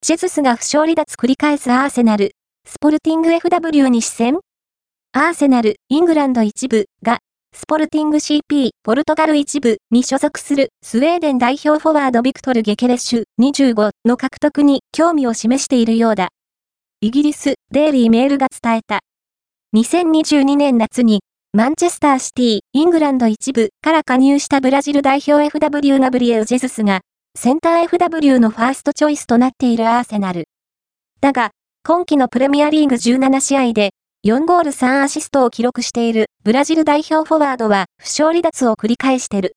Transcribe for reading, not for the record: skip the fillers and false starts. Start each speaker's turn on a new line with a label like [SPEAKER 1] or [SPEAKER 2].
[SPEAKER 1] ジェズスが負傷離脱繰り返すアーセナル、スポルティング FW に視線？アーセナル、イングランド一部が、スポルティング CP、ポルトガル一部に所属するスウェーデン代表フォワードビクトル・ゲケレッシュ25の獲得に興味を示しているようだ。イギリス、デイリーメールが伝えた。2022年夏に、マンチェスターシティ、イングランド一部から加入したブラジル代表 FW ガブリエル・ジェズスが、センター FW のファーストチョイスとなっているアーセナル。だが、今季のプレミアリーグ17試合で、4ゴール3アシストを記録しているブラジル代表フォワードは負傷離脱を繰り返してる。